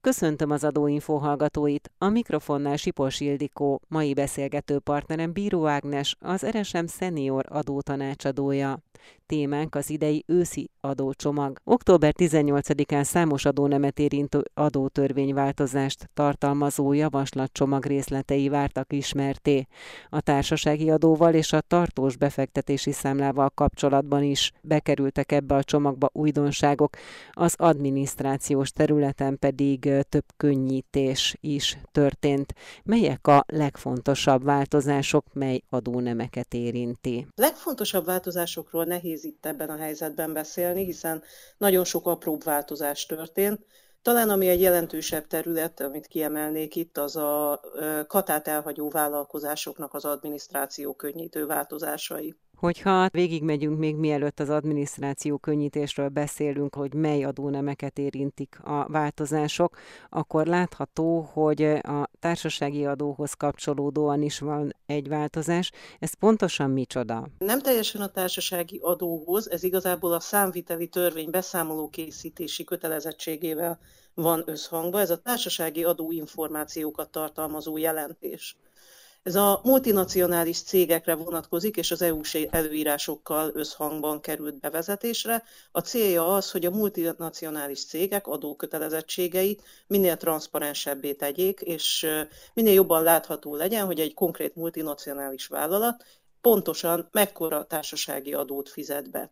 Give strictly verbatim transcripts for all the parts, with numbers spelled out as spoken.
Köszöntöm az Adóinfo hallgatóit, a mikrofonnál Sipos Ildikó, mai beszélgető partnerem Bíró Ágnes, az er es em Senior adótanácsadója. Témánk az idei őszi adócsomag. október tizennyolcadikán számos adónemet érintő adótörvényváltozást tartalmazó javaslatcsomag részletei vártak ismerté. A társasági adóval és a tartós befektetési számlával kapcsolatban is bekerültek ebbe a csomagba újdonságok, az adminisztrációs területen pedig több könnyítés is történt. Melyek a legfontosabb változások, mely adónemeket érinti? Legfontosabb változásokról nehéz itt ebben a helyzetben beszélni, hiszen nagyon sok apróbb változás történt. Talán ami egy jelentősebb terület, amit kiemelnék itt, az a katát elhagyó vállalkozásoknak az adminisztráció könnyítő változásai. Hogyha végigmegyünk még mielőtt az adminisztráció könnyítésről beszélünk, hogy mely adónemeket érintik a változások, akkor látható, hogy a társasági adóhoz kapcsolódóan is van egy változás. Ez pontosan micsoda? Nem teljesen a társasági adóhoz, ez igazából a számviteli törvény beszámoló készítési kötelezettségével van összhangban. Ez a társasági adóinformációkat tartalmazó jelentés. Ez a multinacionális cégekre vonatkozik, és az é u-s előírásokkal összhangban került bevezetésre. A célja az, hogy a multinacionális cégek adókötelezettségeit minél transzparensebbé tegyék, és minél jobban látható legyen, hogy egy konkrét multinacionális vállalat pontosan mekkora társasági adót fizet be.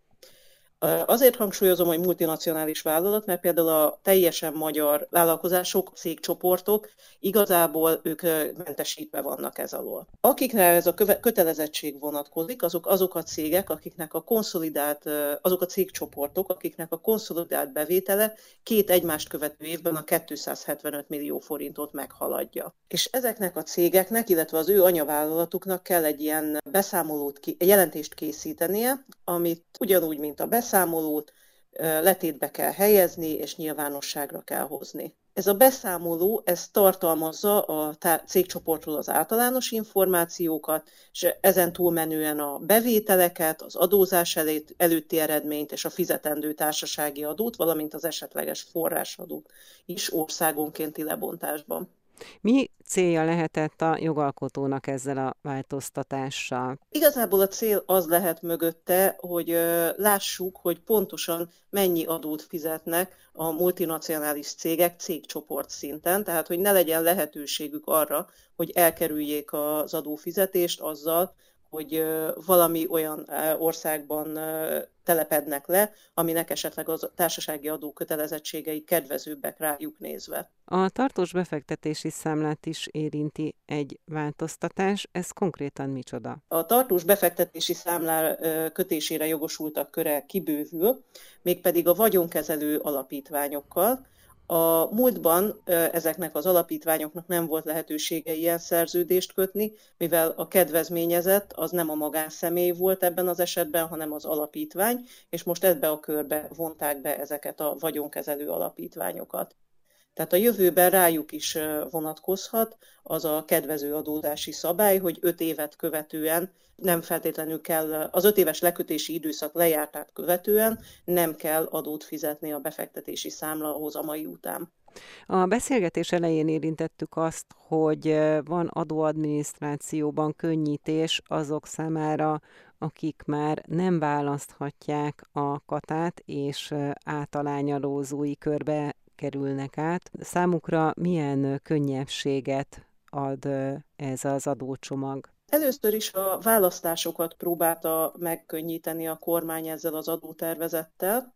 Azért hangsúlyozom, hogy multinacionális vállalat, mert például a teljesen magyar vállalkozások, cégcsoportok igazából ők mentesítve vannak ez alól. Akikre ez a kötelezettség vonatkozik, azok azok a cégek, akiknek a konszolidált, azok a cégcsoportok, akiknek a konszolidált bevétele két egymást követő évben a kétszázhetvenöt millió forintot meghaladja. És ezeknek a cégeknek, illetve az ő anyavállalatuknak kell egy ilyen beszámolót, jelentést készítenie, amit ugyanúgy, mint a beszámolót letétbe kell helyezni, és nyilvánosságra kell hozni. Ez a beszámoló, ez tartalmazza a cégcsoportról az általános információkat, és ezen túlmenően a bevételeket, az adózás előtti eredményt és a fizetendő társasági adót, valamint az esetleges forrásadót is országonkénti lebontásban. Mi célja lehetett a jogalkotónak ezzel a változtatással? Igazából a cél az lehet mögötte, hogy lássuk, hogy pontosan mennyi adót fizetnek a multinacionális cégek cégcsoport szinten, tehát hogy ne legyen lehetőségük arra, hogy elkerüljék az adófizetést azzal, hogy valami olyan országban telepednek le, aminek esetleg a társasági adó kötelezettségei kedvezőbbek rájuk nézve. A tartós befektetési számlát is érinti egy változtatás, ez konkrétan micsoda? A tartós befektetési számlá kötésére jogosultak köre kibővül, mégpedig a vagyonkezelő alapítványokkal. A múltban ezeknek az alapítványoknak nem volt lehetősége ilyen szerződést kötni, mivel a kedvezményezett az nem a magánszemély volt ebben az esetben, hanem az alapítvány, és most ebbe a körbe vonták be ezeket a vagyonkezelő alapítványokat. Tehát a jövőben rájuk is vonatkozhat az a kedvező adózási szabály, hogy öt évet követően nem feltétlenül kell, az öt éves lekötési időszak lejártát követően nem kell adót fizetni a befektetési számla hozamai után. A beszélgetés elején érintettük azt, hogy van adóadminisztrációban könnyítés azok számára, akik már nem választhatják a katát, és általányadózói körbe kerülnek át. Számukra milyen könnyebbséget ad ez az adócsomag? Először is a választásokat próbálta megkönnyíteni a kormány ezzel az adótervezettel.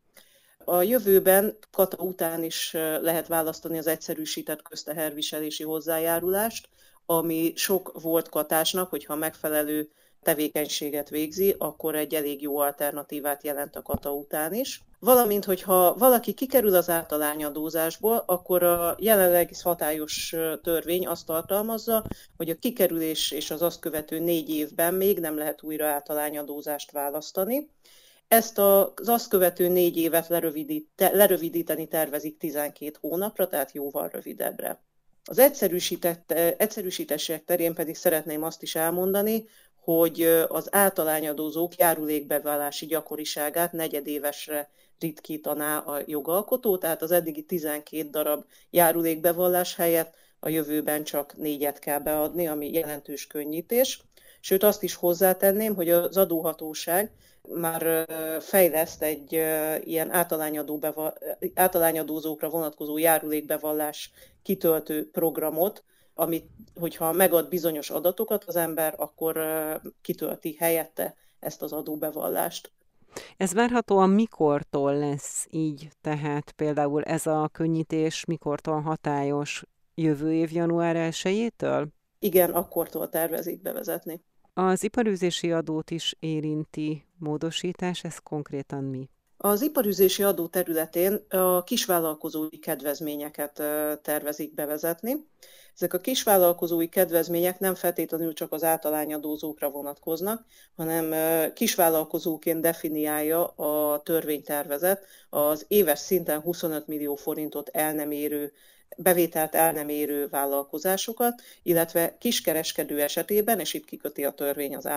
A jövőben kata után is lehet választani az egyszerűsített közteherviselési hozzájárulást, ami sok volt katásnak, hogyha megfelelő tevékenységet végzi, akkor egy elég jó alternatívát jelent a kata után is. Valamint, hogyha valaki kikerül az általányadózásból, akkor a jelenleg hatályos törvény azt tartalmazza, hogy a kikerülés és az azt követő négy évben még nem lehet újra általányadózást választani. Ezt az azt követő négy évet lerövidít, lerövidíteni tervezik tizenkét hónapra, tehát jóval rövidebbre. Az egyszerűsített, egyszerűsítések terén pedig szeretném azt is elmondani, hogy az általányadózók járulékbevallási gyakoriságát negyedévesre ritkítaná a jogalkotó, tehát az eddigi tizenkét darab járulékbevallás helyett a jövőben csak négyet kell beadni, ami jelentős könnyítés. Sőt, azt is hozzátenném, hogy az adóhatóság már fejleszt egy ilyen általányadózókra vonatkozó járulékbevallás kitöltő programot, amit, hogyha megad bizonyos adatokat az ember, akkor kitölti helyette ezt az adóbevallást. Ez várhatóan mikortól lesz így, tehát például ez a könnyítés mikortól hatályos, jövő év január elsejétől? Igen, akkortól tervezik bevezetni. Az iparűzési adót is érinti módosítás, ez konkrétan mi? Az iparűzési adó területén a kisvállalkozói kedvezményeket tervezik bevezetni. Ezek a kisvállalkozói kedvezmények nem feltétlenül csak az általányadózókra vonatkoznak, hanem kisvállalkozóként definiálja a törvénytervezet az éves szinten huszonöt millió forintot el nem érő bevételt el nem érő vállalkozásokat, illetve kiskereskedő esetében, és itt kiköti a törvény az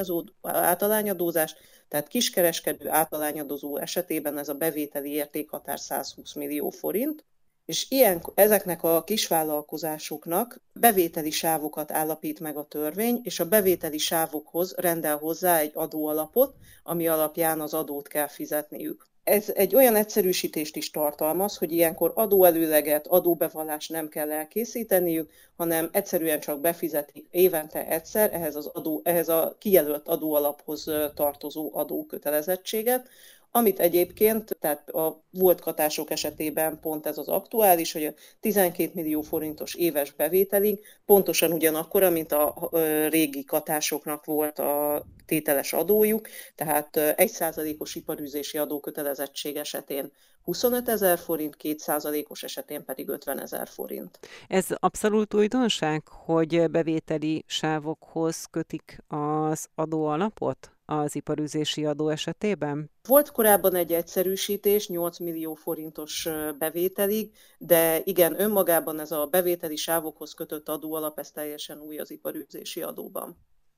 általányadózást, tehát kiskereskedő általányadózó esetében ez a bevételi értékhatár százhúsz millió forint, és ilyen, ezeknek a kisvállalkozásoknak bevételi sávokat állapít meg a törvény, és a bevételi sávokhoz rendel hozzá egy adóalapot, ami alapján az adót kell fizetniük. Ez egy olyan egyszerűsítést is tartalmaz, hogy ilyenkor adóelőleget, adóbevallást nem kell elkészíteniük, hanem egyszerűen csak befizetik évente egyszer ehhez, az adó, ehhez a kijelölt adóalaphoz tartozó adókötelezettséget, amit egyébként, tehát a volt katások esetében pont ez az aktuális, hogy a tizenkét millió forintos éves bevételink pontosan ugyanakkora, mint a régi katásoknak volt a tételes adójuk, tehát egy százalékos iparűzési adókötelezettség esetén huszonötezer forint, két százalékos esetén pedig ötvenezer forint. Ez abszolút újdonság, hogy bevételi sávokhoz kötik az adóalapot az iparűzési adó esetében? Volt korábban egy egyszerűsítés, nyolc millió forintos bevételig, de igen, önmagában ez a bevételi sávokhoz kötött adóalap, ez teljesen új az iparűzési adóban.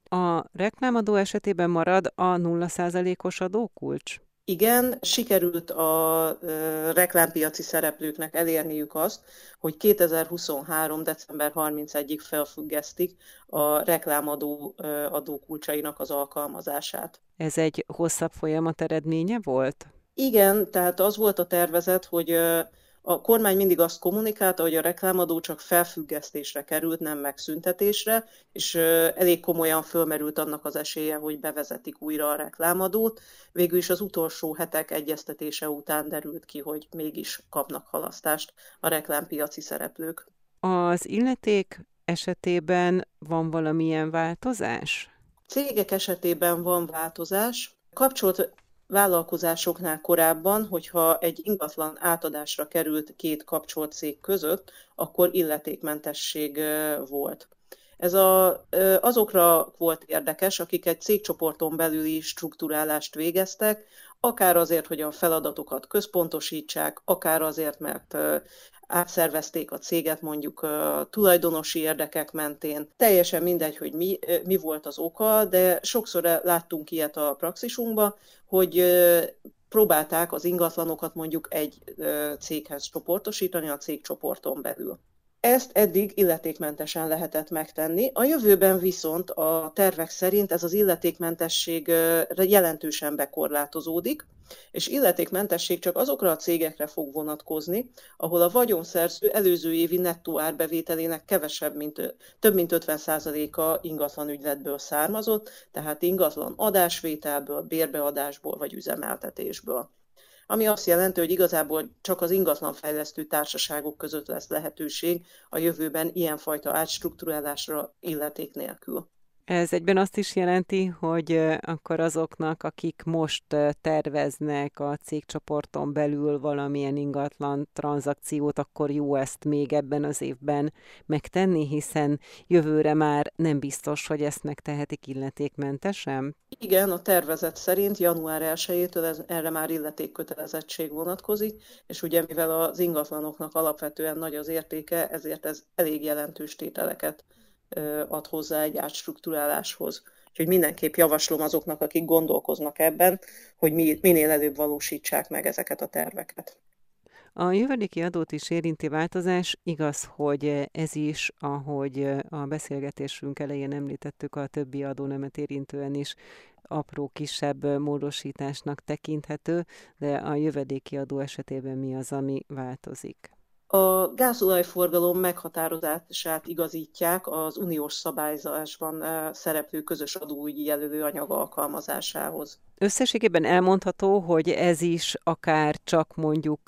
A reklámadó esetében marad a nulla százalékos adókulcs? Igen, sikerült a reklámpiaci szereplőknek elérniük azt, hogy kétezer-huszonhárom. december harmincegyedikéig felfüggesztik a reklámadó adókulcsainak az alkalmazását. Ez egy hosszabb folyamat eredménye volt? Igen, tehát az volt a tervezet, hogy a kormány mindig azt kommunikálta, hogy a reklámadó csak felfüggesztésre került, nem megszüntetésre, és elég komolyan fölmerült annak az esélye, hogy bevezetik újra a reklámadót. Végül is az utolsó hetek egyeztetése után derült ki, hogy mégis kapnak halasztást a reklámpiaci szereplők. Az illeték esetében van valamilyen változás? Cégek esetében van változás. Kapcsolt vállalkozásoknál korábban, hogyha egy ingatlan átadásra került két kapcsolt cég között, akkor illetékmentesség volt. Ez a, azokra volt érdekes, akik egy cégcsoporton belüli strukturálást végeztek, akár azért, hogy a feladatokat központosítsák, akár azért, mert átszervezték a céget mondjuk a tulajdonosi érdekek mentén. Teljesen mindegy, hogy mi, mi volt az oka, de sokszor láttunk ilyet a praxisunkban, hogy próbálták az ingatlanokat mondjuk egy céghez csoportosítani a cégcsoporton belül. Ezt eddig illetékmentesen lehetett megtenni. A jövőben viszont a tervek szerint ez az illetékmentesség jelentősen bekorlátozódik, és illetékmentesség csak azokra a cégekre fog vonatkozni, ahol a vagyonszerző előző évi nettó árbevételének kevesebb, mint, több mint ötven százaléka ingatlan ügyletből származott, tehát ingatlan adásvételből, bérbeadásból vagy üzemeltetésből. Ami azt jelenti, hogy igazából csak az ingatlanfejlesztő társaságok között lesz lehetőség a jövőben ilyenfajta átstrukturálásra illeték nélkül. Ez egyben azt is jelenti, hogy akkor azoknak, akik most terveznek a cégcsoporton belül valamilyen ingatlan tranzakciót, akkor jó ezt még ebben az évben megtenni, hiszen jövőre már nem biztos, hogy ezt megtehetik illetékmentesen? Igen, a tervezet szerint január elsejétől ez, erre már illetékkötelezettség vonatkozik, és ugye mivel az ingatlanoknak alapvetően nagy az értéke, ezért ez elég jelentős tételeket ad hozzá egy átstrukturáláshoz. Úgyhogy mindenképp javaslom azoknak, akik gondolkoznak ebben, hogy minél előbb valósítsák meg ezeket a terveket. A jövedéki adót is érinti változás, igaz, hogy ez is, ahogy a beszélgetésünk elején említettük, a többi adónemet érintően is apró, kisebb módosításnak tekinthető, de a jövedéki adó esetében mi az, ami változik? A gázolajforgalom meghatározását igazítják az uniós szabályzásban szereplő közös adóügyi jelölőanyag alkalmazásához. Összességében elmondható, hogy ez is akár csak mondjuk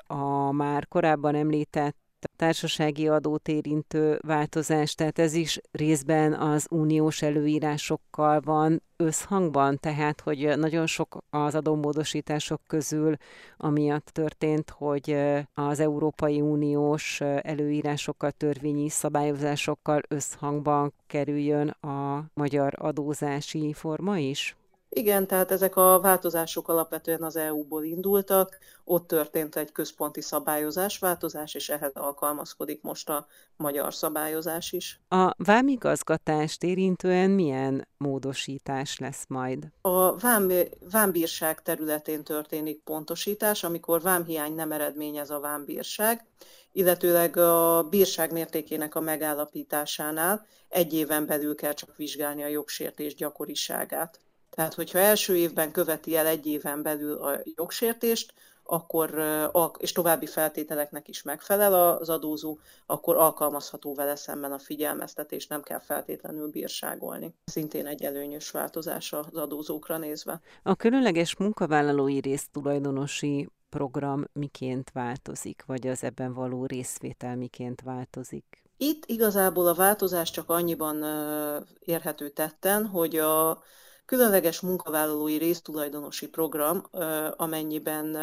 a már korábban említett társasági adót érintő változás, tehát ez is részben az uniós előírásokkal van összhangban, tehát hogy nagyon sok az adómódosítások közül amiatt történt, hogy az Európai Uniós előírásokkal, törvényi szabályozásokkal összhangban kerüljön a magyar adózási forma is? Igen, tehát ezek a változások alapvetően az é u-ból indultak, ott történt egy központi szabályozásváltozás, és ehhez alkalmazkodik most a magyar szabályozás is. A vámigazgatást érintően milyen módosítás lesz majd? A vám, vámbírság területén történik pontosítás, amikor vámhiány nem eredményez a vámbírság, illetőleg a bírság mértékének a megállapításánál egy éven belül kell csak vizsgálni a jogsértés gyakoriságát. Tehát, hogyha első évben követi el egy éven belül a jogsértést, akkor, és további feltételeknek is megfelel az adózó, akkor alkalmazható vele szemben a figyelmeztetés, nem kell feltétlenül bírságolni. Szintén egy előnyös változás az adózókra nézve. A különleges munkavállalói résztulajdonosi program miként változik, vagy az ebben való részvétel miként változik? Itt igazából a változás csak annyiban érhető tetten, hogy a különleges munkavállalói résztulajdonosi program, amennyiben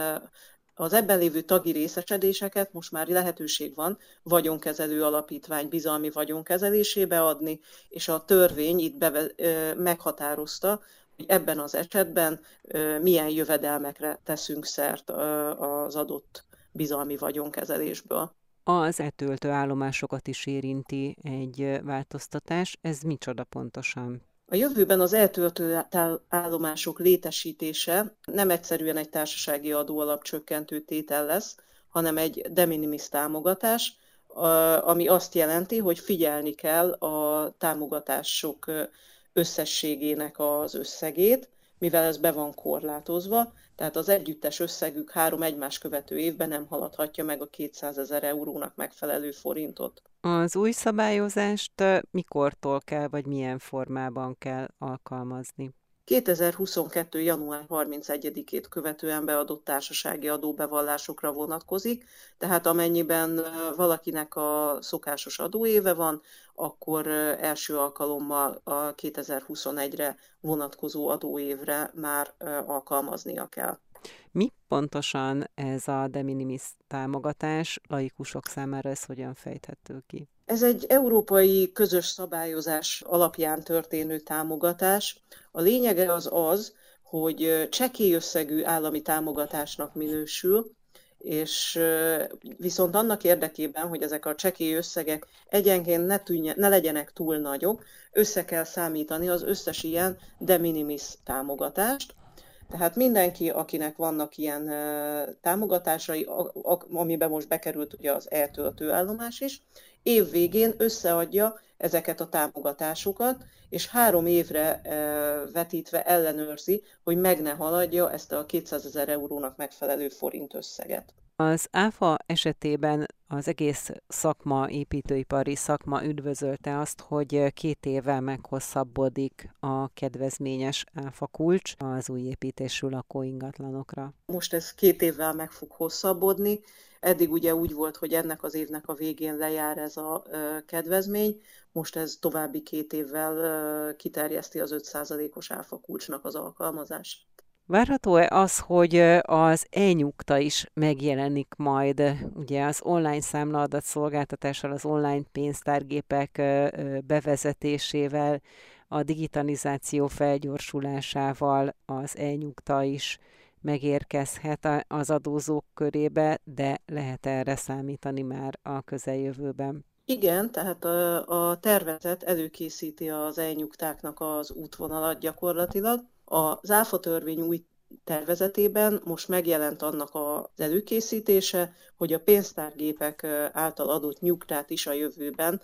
az ebben lévő tagi részesedéseket most már lehetőség van vagyonkezelő alapítvány bizalmi vagyonkezelésébe adni, és a törvény itt beve, meghatározta, hogy ebben az esetben milyen jövedelmekre teszünk szert az adott bizalmi vagyonkezelésből. Az eltöltő állomásokat is érinti egy változtatás. Ez micsoda pontosan? A jövőben az eltöltő állomások létesítése nem egyszerűen egy társasági adóalap csökkentő tétel lesz, hanem egy de minimis támogatás, ami azt jelenti, hogy figyelni kell a támogatások összességének az összegét, mivel ez be van korlátozva, tehát az együttes összegük három egymás követő évben nem haladhatja meg a kétszázezer eurónak megfelelő forintot. Az új szabályozást mikortól kell, vagy milyen formában kell alkalmazni? kétezer-huszonkettő. január harmincegyedikét követően beadott társasági adóbevallásokra vonatkozik, tehát amennyiben valakinek a szokásos adóéve van, akkor első alkalommal a kétezer-huszonegyre vonatkozó adóévre már alkalmaznia kell. Mi pontosan ez a de minimis támogatás? Laikusok számára ez hogyan fejthető ki? Ez egy európai közös szabályozás alapján történő támogatás. A lényege az az, hogy csekély összegű állami támogatásnak minősül, és viszont annak érdekében, hogy ezek a csekély összegek egyenként ne, tűnje, ne legyenek túl nagyok, össze kell számítani az összes ilyen de minimis támogatást. Tehát mindenki, akinek vannak ilyen támogatásai, amiben most bekerült ugye az eltöltő állomás is, év végén összeadja ezeket a támogatásokat, és három évre vetítve ellenőrzi, hogy meg ne haladja ezt a kétszázezer eurónak megfelelő forint összeget. Az áfa esetében az egész szakma, építőipari szakma üdvözölte azt, hogy két évvel meghosszabbodik a kedvezményes áfa kulcs az új építésű lakóingatlanokra. Most ez két évvel meg fog hosszabbodni. Eddig ugye úgy volt, hogy ennek az évnek a végén lejár ez a kedvezmény, most ez további két évvel kiterjeszti az öt százalékos áfa kulcsnak az alkalmazását. Várható-e az, hogy az e-nyugta is megjelenik majd ugye az online számlaadat szolgáltatással, az online pénztárgépek bevezetésével, a digitalizáció felgyorsulásával az e-nyugta is megérkezhet az adózók körébe, de lehet erre számítani már a közeljövőben? Igen, tehát a, a tervezet előkészíti az elnyugtáknak az útvonalat gyakorlatilag. Az áfa törvény új tervezetében most megjelent annak az előkészítése, hogy a pénztárgépek által adott nyugtát is a jövőben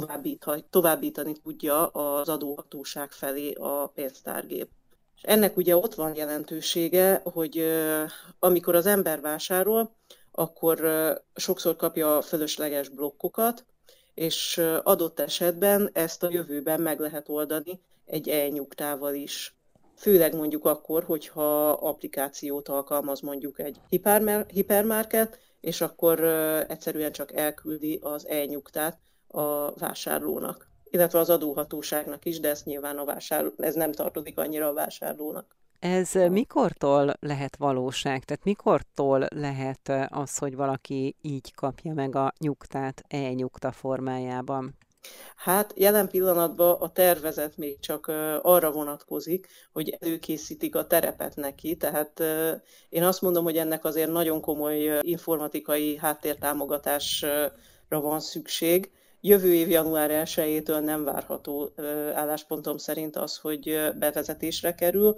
továbbítani tudja az adóhatóság felé a pénztárgép. És ennek ugye ott van jelentősége, hogy amikor az ember vásárol, akkor sokszor kapja a fölösleges blokkokat, és adott esetben ezt a jövőben meg lehet oldani egy e-nyugtával is. Főleg mondjuk akkor, hogyha applikációt alkalmaz mondjuk egy hipermarket, és akkor egyszerűen csak elküldi az e-nyugtát a vásárlónak, illetve az adóhatóságnak is, de ez nyilván a vásárló, ez nem tartozik annyira a vásárlónak. Ez mikortól lehet valóság? Tehát mikortól lehet az, hogy valaki így kapja meg a nyugtát e-nyugta formájában? Hát jelen pillanatban a tervezet még csak arra vonatkozik, hogy előkészítik a terepet neki, tehát én azt mondom, hogy ennek azért nagyon komoly informatikai háttértámogatásra van szükség. Jövő év január elsejétől nem várható álláspontom szerint az, hogy bevezetésre kerül.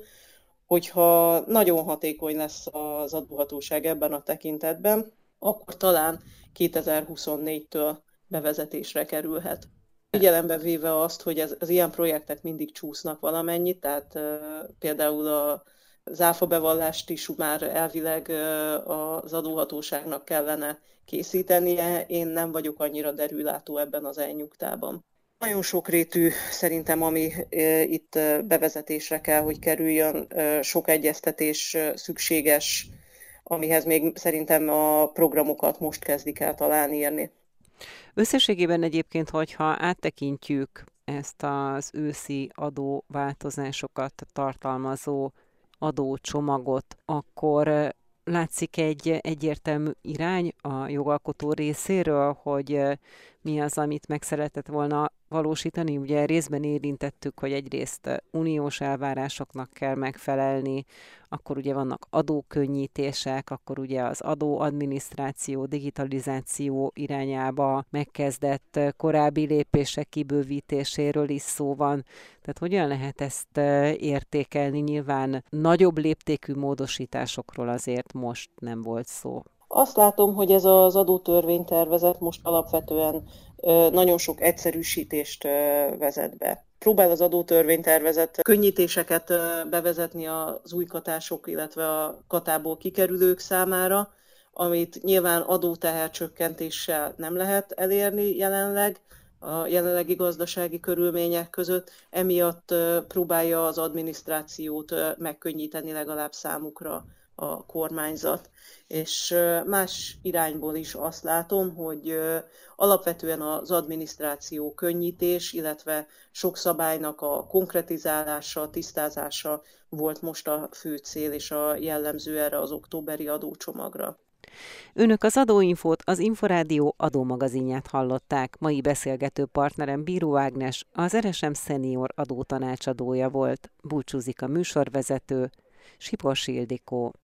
Hogyha nagyon hatékony lesz az adóhatóság ebben a tekintetben, akkor talán kétezer-huszonnégytől bevezetésre kerülhet. Figyelembe véve azt, hogy ez, az ilyen projektek mindig csúsznak valamennyit, tehát uh, például a, az áfa bevallást is már elvileg uh, az adóhatóságnak kellene készítenie, én nem vagyok annyira derülátó ebben az elnyugtában. Nagyon sokrétű szerintem, ami uh, itt uh, bevezetésre kell, hogy kerüljön, uh, sok egyeztetés uh, szükséges, amihez még szerintem a programokat most kezdik el talán írni. Összességében egyébként, hogyha áttekintjük ezt az őszi adóváltozásokat tartalmazó adócsomagot, akkor látszik egy egyértelmű irány a jogalkotó részéről, hogy mi az, amit meg szeretett volna valósítani. Ugye részben érintettük, hogy egyrészt uniós elvárásoknak kell megfelelni, akkor ugye vannak adókönnyítések, akkor ugye az adóadminisztráció, digitalizáció irányába megkezdett korábbi lépések kibővítéséről is szó van. Tehát hogyan lehet ezt értékelni? Nyilván nagyobb léptékű módosításokról azért most nem volt szó. Azt látom, hogy ez az adótörvénytervezet most alapvetően nagyon sok egyszerűsítést vezet be. Próbál az adótörvénytervezet könnyítéseket bevezetni az új katások, illetve a katából kikerülők számára, amit nyilván adótehercsökkentéssel nem lehet elérni jelenleg, a jelenlegi gazdasági körülmények között, emiatt próbálja az adminisztrációt megkönnyíteni legalább számukra a kormányzat. És más irányból is azt látom, hogy alapvetően az adminisztráció könnyítés, illetve sok szabálynak a konkretizálása, tisztázása volt most a fő cél és a jellemző erre az októberi adócsomagra. Önök az Adóinfót, az Inforádió adómagazinját hallották. Mai beszélgető partnerem Bíró Ágnes, az er es em Szenior adótanácsadója volt. Búcsúzik a műsorvezető, Siporsy Ildikó.